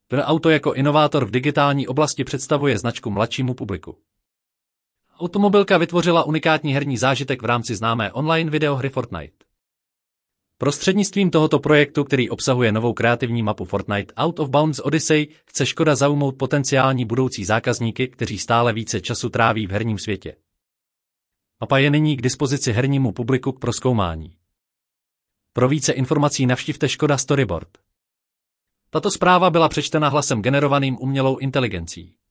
Auto jako inovátor v digitální oblasti představuje značku mladšímu publiku. Automobilka vytvořila unikátní herní zážitek v rámci známé online videohry Fortnite. Prostřednictvím tohoto projektu, který obsahuje novou kreativní mapu Fortnite Out of Bounds Odyssey, chce Škoda zaujmout potenciální budoucí zákazníky, kteří stále více času tráví v herním světě. Mapa je nyní k dispozici hernímu publiku k prozkoumání. Pro více informací navštivte Škoda Storyboard. Tato zpráva byla přečtena hlasem generovaným umělou inteligencí.